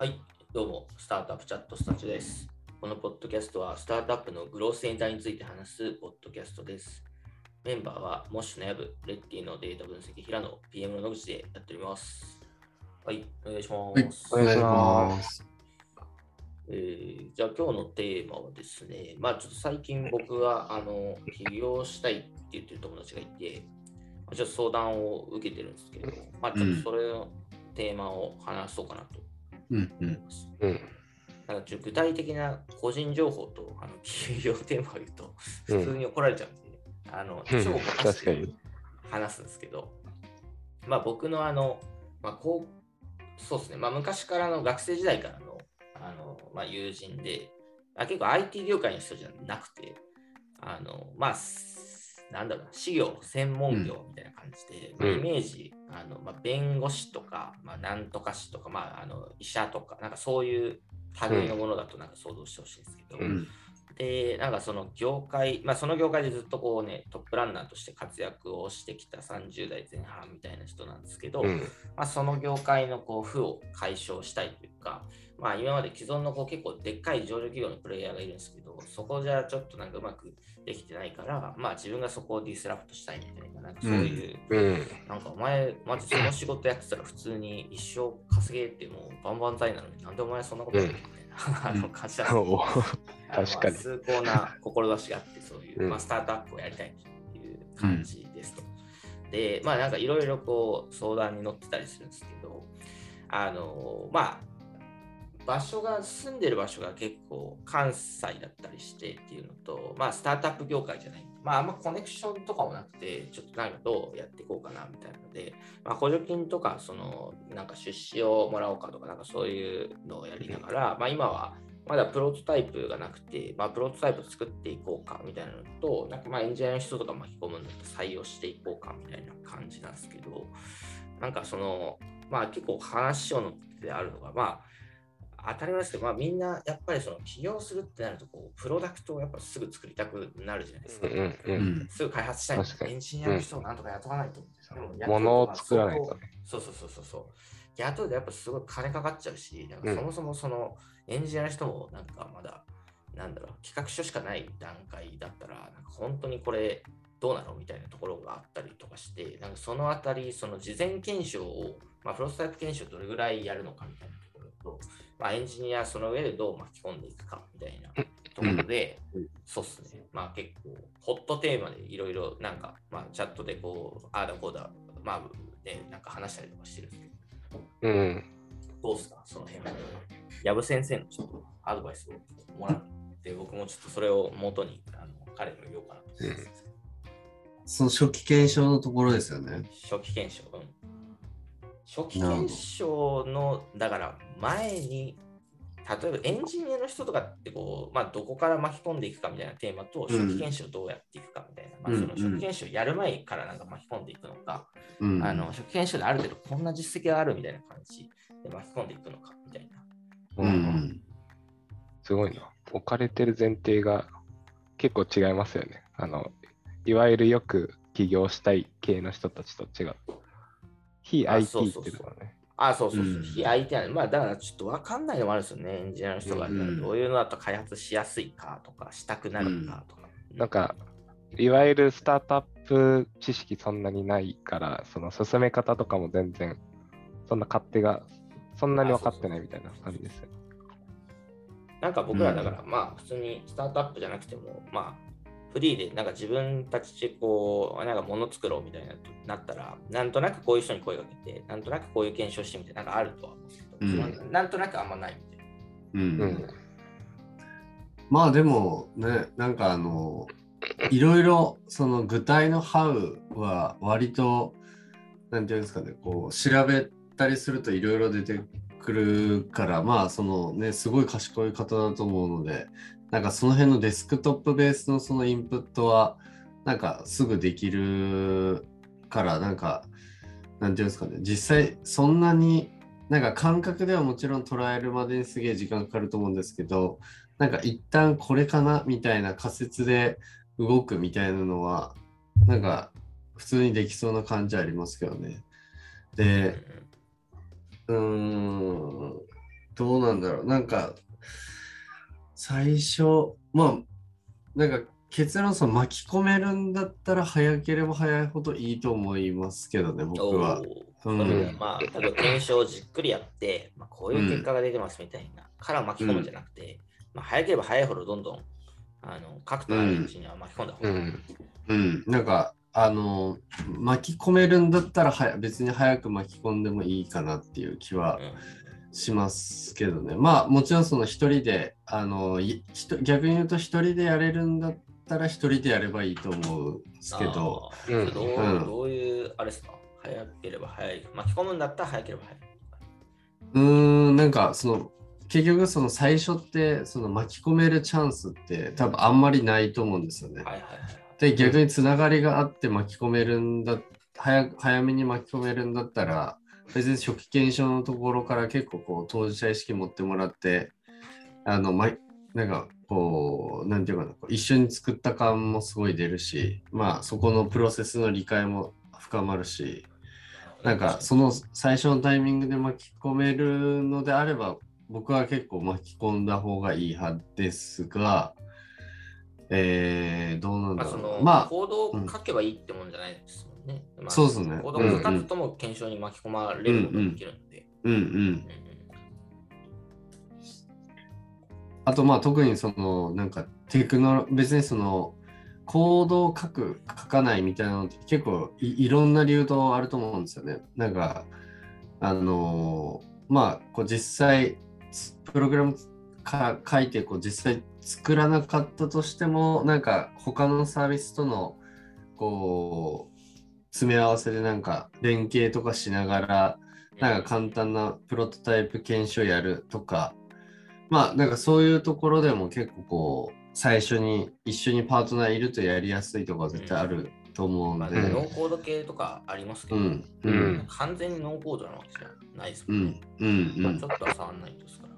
はい、どうも、スタートアップチャットスタジオです。このポッドキャストは、スタートアップのグロースエンターについて話すポッドキャストです。メンバーは、モッシュのヤブ、レッティのデータ分析、平野、PM の野口でやっております。はい、お願いします。 お願いします。 じゃあ今日のテーマはですね、ちょっと最近僕が起業したいって言ってる友達がいて、ちょっと相談を受けてるんですけど、ちょっとそれのテーマを話そうかなと思います。なんか具体的な個人情報と起業テーマを言うと普通に怒られちゃうんで、超ぼかして話すんですけど、僕のそうですね、昔からの学生時代からの友人で、結構 IT 業界の人じゃなくて、なんだろうな、私業、専門業みたいな感じで、イメージ、弁護士とか、なんとか師とか、医者とか、なんかそういう類のものだとなんか想像してほしいんですけど、で、なんかその業界、その業界でずっとこうね、トップランナーとして活躍をしてきた30代前半みたいな人なんですけど、その業界のこう負を解消したいというか、今まで既存のこう結構でっかい上場企業のプレイヤーがいるんですけど、そこじゃちょっとなんかうまくできてないから、自分がそこをディスラプトしたいみたいな、なんかそういう、なんかお前、マジその仕事やってたら普通に一生稼げってもうバンバン財なのになんでお前そんなことやってるみたいな、感じなんですけど、 確かに崇高な志があって、そういう、スタートアップをやりたいっていう感じですと。で、なんかいろいろこう相談に乗ってたりするんですけど、住んでる場所が結構関西だったりしてっていうのと、スタートアップ業界じゃない。あんまコネクションとかもなくて、ちょっとなんかどうやっていこうかなみたいなので、補助金とか、なんか出資をもらおうかとか、なんかそういうのをやりながら、今はまだプロトタイプがなくて、プロトタイプ作っていこうかみたいなのと、なんかエンジニアの人とか巻き込むのと採用していこうかみたいな感じなんですけど、なんか結構話をのってあるのが、当たり前ですけど、みんなやっぱり起業するってなるとこう、プロダクトをやっぱすぐ作りたくなるじゃないですか。すぐ開発したいんで、エンジニアの人をなんとか雇わないと。でも物を作らないとね。 そう。雇うとやっぱすごい金かかっちゃうし、なんかそもそもエンジニアの人もなんかまだ、なんだろう、企画書しかない段階だったら、なんか本当にこれどうなのみたいなところがあったりとかして、なんかそのあたり、事前検証を、プロトタイプ検証どれぐらいやるのかみたいなところと、エンジニアその上でどう巻き込んでいくかみたいなところで、そうっすね。結構ホットテーマでいろいろなんか、チャットでこう、ああだこうだ、なんか話したりとかしてるんですけど、どうっすか、その辺は。藪先生のちょっとアドバイスをもらって、僕もちょっとそれを元に彼に言おうかなと思います。 その初期検証のところですよね。 初期検証。初期検証の、だから前に、例えばエンジニアの人とかってこう、どこから巻き込んでいくかみたいなテーマと、初期検証をどうやっていくかみたいな、その初期検証やる前からなんか巻き込んでいくのか、初期検証である程度こんな実績があるみたいな感じで巻き込んでいくのかみたいな。 すごいな。置かれてる前提が結構違いますよね。いわゆるよく起業したい系の人たちと違う。非 IT っていうのはね。 そう。非 IT はね、だからちょっと分かんないのもあるんですよね。エンジニアの人がどういうのだと開発しやすいかとか、したくなるかとか。 なんか、いわゆるスタートアップ知識そんなにないから、その進め方とかも全然、そんな勝手がそんなに分かってないみたいな感じですよ。 なんか僕らだから、普通にスタートアップじゃなくても、フリーでなんか自分たちでこう、なんか物作ろうみたいなったら、なんとなくこういう人に声かけて、なんとなくこういう検証してみて、なんかあるとは思うけど、なんとなくあんまないみたいな。でもね、なんかいろいろその具体のハウは割と、なんていうんですかね、こう調べたりするといろいろ出てくるから、すごい賢い方だと思うので、なんかその辺のデスクトップベースのそのインプットはなんかすぐできるから、なんかなんていうんですかね、実際そんなになんか感覚ではもちろん捉えるまでにすげえ時間かかると思うんですけど、なんか一旦これかなみたいな仮説で動くみたいなのはなんか普通にできそうな感じありますけどね。で、 どうなんだろう。なんか、最初、まあ、なんか結論巻き込めるんだったら早ければ早いほどいいと思いますけどね、僕は。 そういう意味では、まあ、例えば検証をじっくりやって、まあ、こういう結果が出てますみたいな、から巻き込むんじゃなくて、まあ、早ければ早いほどどんどん核となるうちには巻き込んだ方がいい。 なんか、巻き込めるんだったら別に早く巻き込んでもいいかなっていう気はしますけどね。まあ、もちろんその一人で、逆に言うと一人でやれるんだったら一人でやればいいと思うんですけど。 どういう、あれですか、早ければ早い。巻き込むんだったら早ければ早い。 なんか結局最初って巻き込めるチャンスって多分あんまりないと思うんですよね。で、逆につながりがあって巻き込めるんだ、早めに巻き込めるんだったら、別に初期検証のところから結構当事者意識持ってもらって、なんかなんていうかな、一緒に作った感もすごい出るし、まあそこのプロセスの理解も深まるし、なんかその最初のタイミングで巻き込めるのであれば、僕は結構巻き込んだ方がいい派ですが、どうなんだろう。 まあ、行動を書けばいいってもんじゃないですもんね。 そうですね。 行動を書かずとも検証に巻き込まれることができるので。 あと、まあ、特になんか別にコードを書かないみたいなのって結構いろんな理由とあると思うんですよね。なんか、まあ、実際、プログラム書いて実際作らなかったとしても、なんか他のサービスとの詰め合わせでなんか連携とかしながら、なんか簡単なプロトタイプ検証やるとか、まあなんかそういうところでも結構最初に一緒にパートナーいるとやりやすいとか絶対あると思うんで。 ノーコード系とかありますけど、完全にノーコードなわけじゃないですもんね。ちょっとは触んないとですから。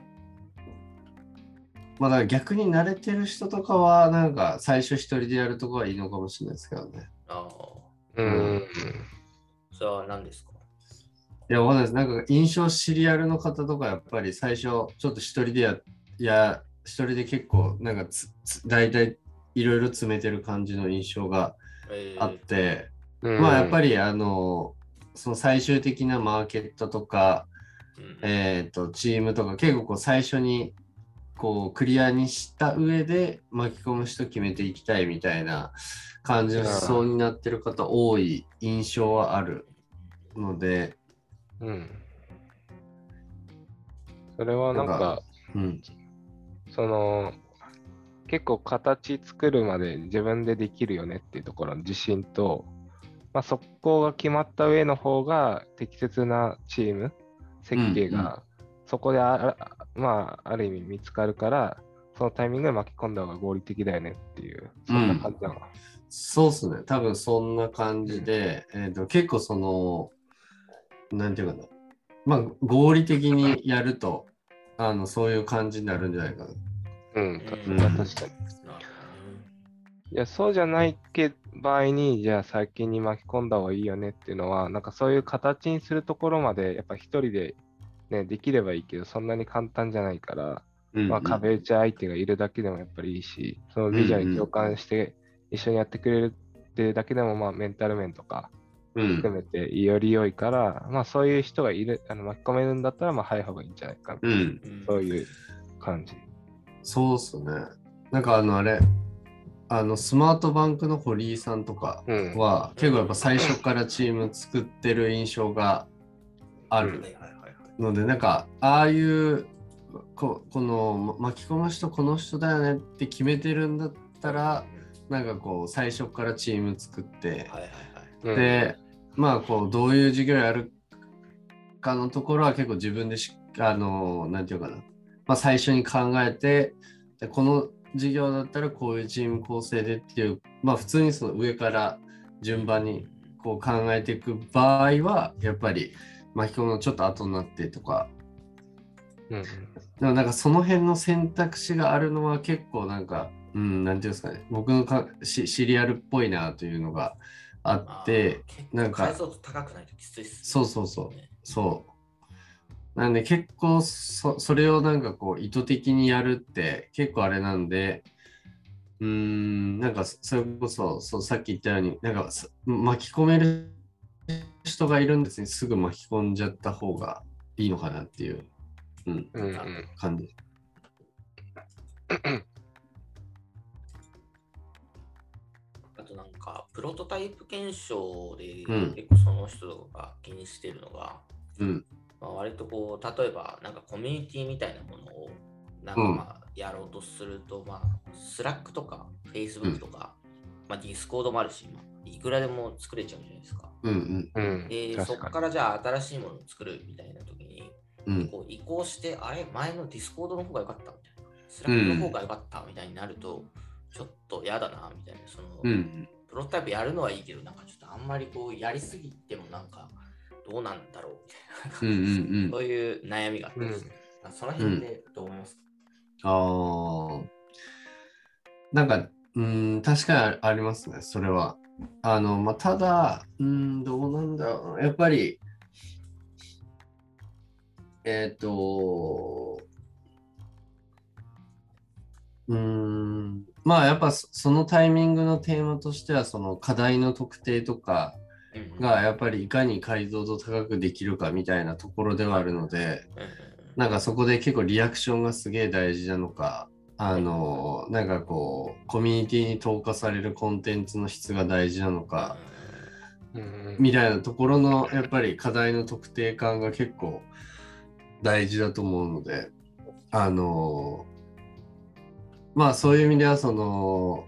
まあだから逆に慣れてる人とかはなんか最初一人でやるとこはいいのかもしれないですけどね。 それは何ですか？ いや、わかんないです。なんか印象シリアルの方とかやっぱり最初ちょっと一人で一人で結構なんか大体いろいろ詰めてる感じの印象があって、まあやっぱりその最終的なマーケットとか、チームとか結構最初にクリアにした上で巻き込む人決めていきたいみたいな感じの思想になってる方多い印象はあるので、 それはなんか結構形作るまで自分でできるよねっていうところの自信と、まあ、そこが決まった上の方が適切なチーム設計がそこでまあ、ある意味見つかるから、そのタイミングで巻き込んだ方が合理的だよねっていう、そんな感じなの、 そうっすね。多分そんな感じで、結構なんていうかな。まあ、合理的にやると、そういう感じになるんじゃないかな。 確かに。いや、そうじゃない場合に、じゃあ先に巻き込んだ方がいいよねっていうのは、なんかそういう形にするところまで、やっぱ一人で、ね、できればいいけど、そんなに簡単じゃないから、まあ、壁打ち相手がいるだけでもやっぱりいいし、そのビジョンに共感して一緒にやってくれるっていうだけでも、まあ、メンタル面とか含めてより良いから、まあ、そういう人が巻き込めるんだったら、まあ、早い方がいいんじゃないかな、そういう感じ。 そうっすね。なんかスマートバンクの堀井さんとかは、結構やっぱ最初からチーム作ってる印象があるので、なんかああいうこの巻き込む人この人だよねって決めてるんだったら、なんか最初からチーム作って、でまあどういう授業やるかのところは結構自分でなんていうかな、まあ、最初に考えて、でこの授業だったらこういうチーム構成でっていう、まあ普通にその上から順番に考えていく場合は、やっぱり巻き込むのちょっと後になってとか、でもなんかその辺の選択肢があるのは結構なんか、なんていうんですかね、僕のシリアルっぽいなというのがあって、なんか解像度高くないときついっす。 そう。 なんで結構それをなんかこう意図的にやるって結構あれなんで、なんかそれこそ、さっき言ったように、なんか巻き込める人がいるんですね。すぐ巻き込んじゃった方がいいのかなっていう、感じ。 あとなんか、プロトタイプ検証でうん結構その人が気にしてるのが、 うんまあ、割とこう、例えばなんかコミュニティみたいなものをなんかまあやろうとすると、まあ、スラックとか、フェイスブックとか、まあ、ディスコードもあるし、いくらでも作れちゃうじゃないですか。で、そこからじゃあ新しいものを作るみたいな時に、こう移行して、あれ、前のディスコードの方が良かったみたいな、スラックの方が良かったみたいになると、ちょっと嫌だなみたいな、その、プロトタイプやるのはいいけど、なんかちょっとあんまりこうやりすぎてもなんかどうなんだろうみたいな、そういう悩みがあったりして、その辺でどう思いますか？ なんか、確かにありますね、それは。まあ、ただ、どうなんだろう。やっぱり、まあ、やっぱそのタイミングのテーマとしては、その課題の特定とかが、やっぱりいかに解像度高くできるかみたいなところではあるので、なんかそこで結構リアクションがすげえ大事なのか、なんかこう、コミュニティに投下されるコンテンツの質が大事なのか、みたいなところの、やっぱり課題の特定感が結構大事だと思うので、まあそういう意味では、その、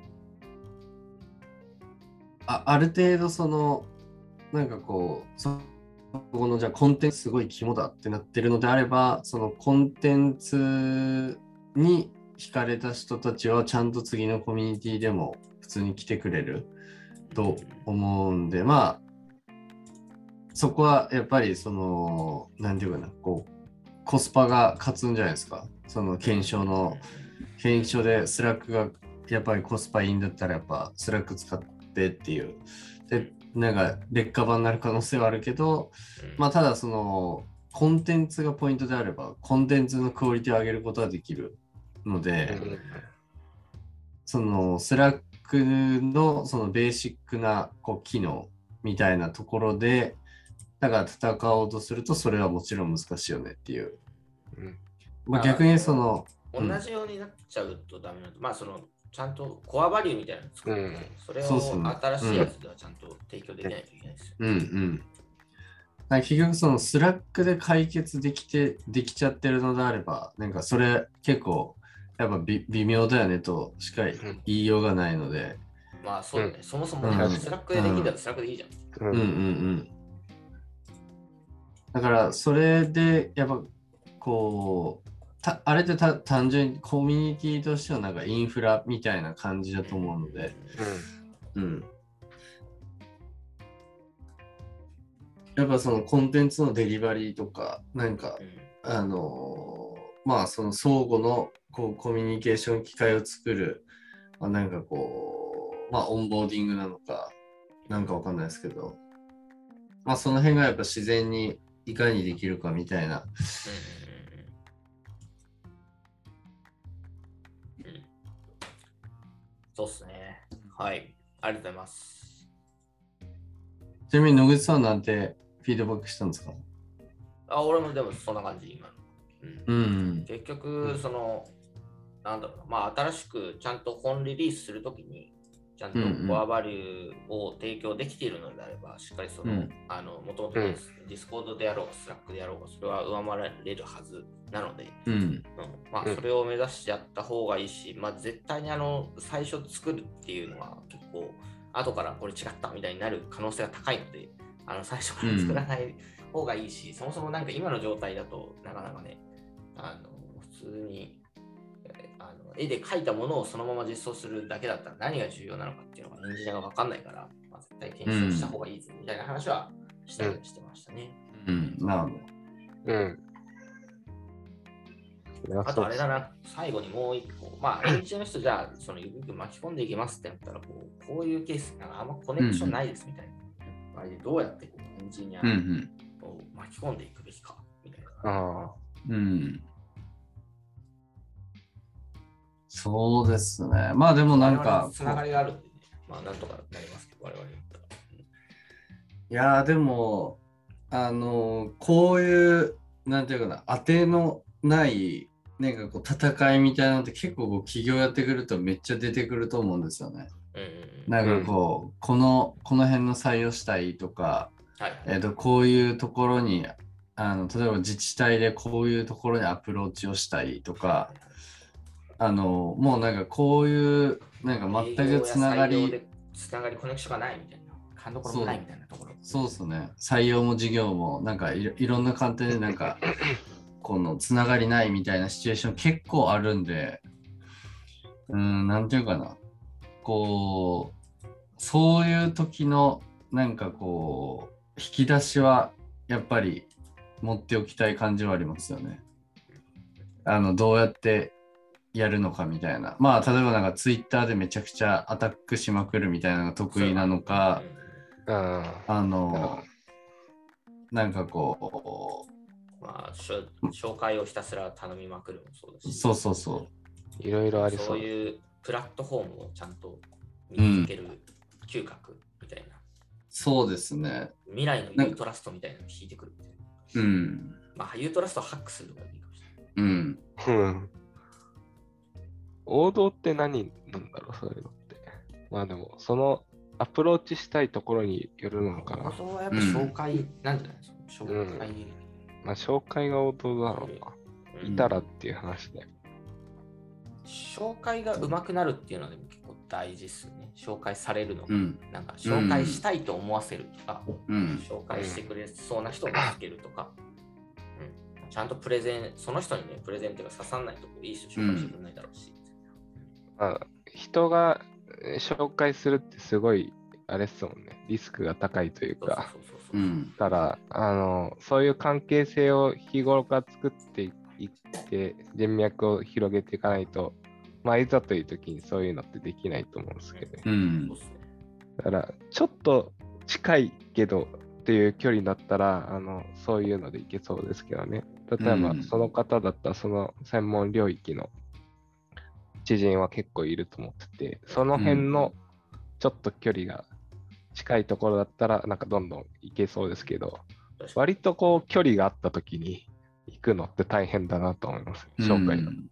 ある程度その、なんかこう、そこのじゃあコンテンツすごい肝だってなってるのであれば、そのコンテンツに惹かれた人たちはちゃんと次のコミュニティでも普通に来てくれると思うんで、まあそこはやっぱりそのなんていうかな、こうコスパが勝つんじゃないですか。その検証でスラックがやっぱりコスパいいんだったらやっぱスラック使ってっていうで、なんか劣化版になる可能性はあるけど、まあただそのコンテンツがポイントであればコンテンツのクオリティを上げることができるので、そのスラックのそのベーシックなこう機能みたいなところでだから戦おうとするとそれはもちろん難しいよねっていう。まあ、逆にその同じようになっちゃうとダメなのと、まあそのちゃんとコアバリューみたいなのを作って、それを新しいやつではちゃんと提供できないといけないですよ。 結局そのスラックで解決できちゃってるのであれば、なんかそれ結構やっぱ微妙だよねとしか言いようがないので。 まあそうだね、そもそもスラックでできるんだったらスラックでいいじゃん。 だからそれでやっぱこうあれって単純にコミュニティとしてのなんかインフラみたいな感じだと思うので、やっぱそのコンテンツのデリバリーとかなんか、まあその相互のこうコミュニケーション機会を作る、まあ、なんかこうまあオンボーディングなのかなんかわかんないですけど、まあその辺がやっぱ自然にいかにできるかみたいな。 そうっすね。はい。ありがとうございます。 ちなみに野口さんなんてフィードバックしたんですか？ 俺もでもそんな感じ、今の。結局、その、なんだろうな、まあ新しくちゃんと本リリースするときに、ちゃんとコアバリューを提供できているのであれば、しっかりその、もともとディスコードでやろうが、スラックでやろうが、それは上回れるはずなので、まあそれを目指してやった方がいいし、まあ絶対に最初作るっていうのは結構、後からこれ違ったみたいになる可能性が高いので、最初から作らない方がいいし、そもそもなんか今の状態だとなかなかね、普通に絵で描いたものをそのまま実装するだけだったら何が重要なのかっていうのがエンジニアが分かんないから、まあ、絶対検証した方がいいぞみたいな話はしてましたね。 なるほど。あとあれだな、最後にもう一個、まあエンジニアの人じゃあその指く巻き込んでいきますってなったらこういうケースなんかあんまコネクションないですみたいな。どうやってエンジニアを巻き込んでいくべきかみたいなあ。 うん。そうですね。まあでもなんか。 つながりがあるんでね。まあなんとかなりますけど、我々だったら。 いやーでも、こういう、なんていうかな、当てのない、なんかこう戦いみたいなのって結構こう企業やってくるとめっちゃ出てくると思うんですよね。なんかこう、この辺の採用したいとか、こういうところに、例えば自治体でこういうところにアプローチをしたいとか、もうなんかこういう、なんか全くつながり、 コネクションがないみたいな、勘どころもないみたいなところ。 そうですね。採用も事業も、なんかいろんな観点でなんか、このつながりないみたいなシチュエーション結構あるんで、なんていうかな。こう、そういう時の、なんかこう、引き出しは、やっぱり持っておきたい感じはありますよね。どうやってやるのかみたいな。まあ、例えばなんかツイッターでめちゃくちゃアタックしまくるみたいなのが得意なのか、なんかこう、まあ、紹介をひたすら頼みまくるもそうだし、 そう。 いろいろありそう。 そういうプラットフォームをちゃんと見つける嗅覚みたいな。 そうですね。 未来のユートラストみたいなのを引いてくるみたいな。まあ、ユートラストをハックするのがいいかもしれない。 王道って何なんだろう、そういうのって。まあでも、そのアプローチしたいところによるのかな。 王道はやっぱ紹介なんじゃないですか。紹介。 まあ、紹介が王道だろうな。いたらっていう話で。 紹介が上手くなるっていうのはでも結構大事ですよね。紹介されるのが、なんか紹介したいと思わせるとか、紹介してくれそうな人を見つけるとか、ちゃんとその人にね、プレゼントが刺さらないといい人紹介してくれないだろうし。 人が紹介するってすごい、あれっすもんね、リスクが高いというか、だから、そういう関係性を日頃から作っていって、人脈を広げていかないと、まあ、いざという時にそういうのってできないと思うんですけどね。だから、ちょっと近いけどっていう距離だったら、そういうのでいけそうですけどね。例えば、その方だったら、その専門領域の知人は結構いると思ってて、その辺のちょっと距離が近いところだったら、なんかどんどん行けそうですけど、割とこう距離があった時に行くのって大変だなと思います、紹介が。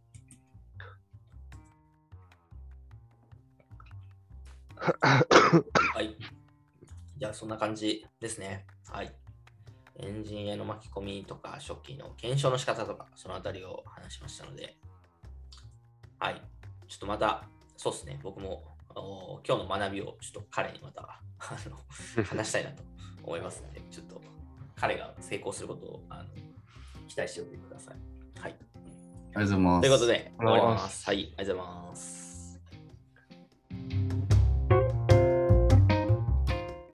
はい。じゃあそんな感じですね。はい。エンジニアの巻き込みとか、初期の検証の仕方とか、そのあたりを話しましたので、はい。ちょっとまた、そうですね、僕も今日の学びをちょっと彼にまた話したいなと思いますので、ちょっと彼が成功することを期待しておいてください。はい。 ありがとうございます。 ということで、終わります。はい、ありがとうございます。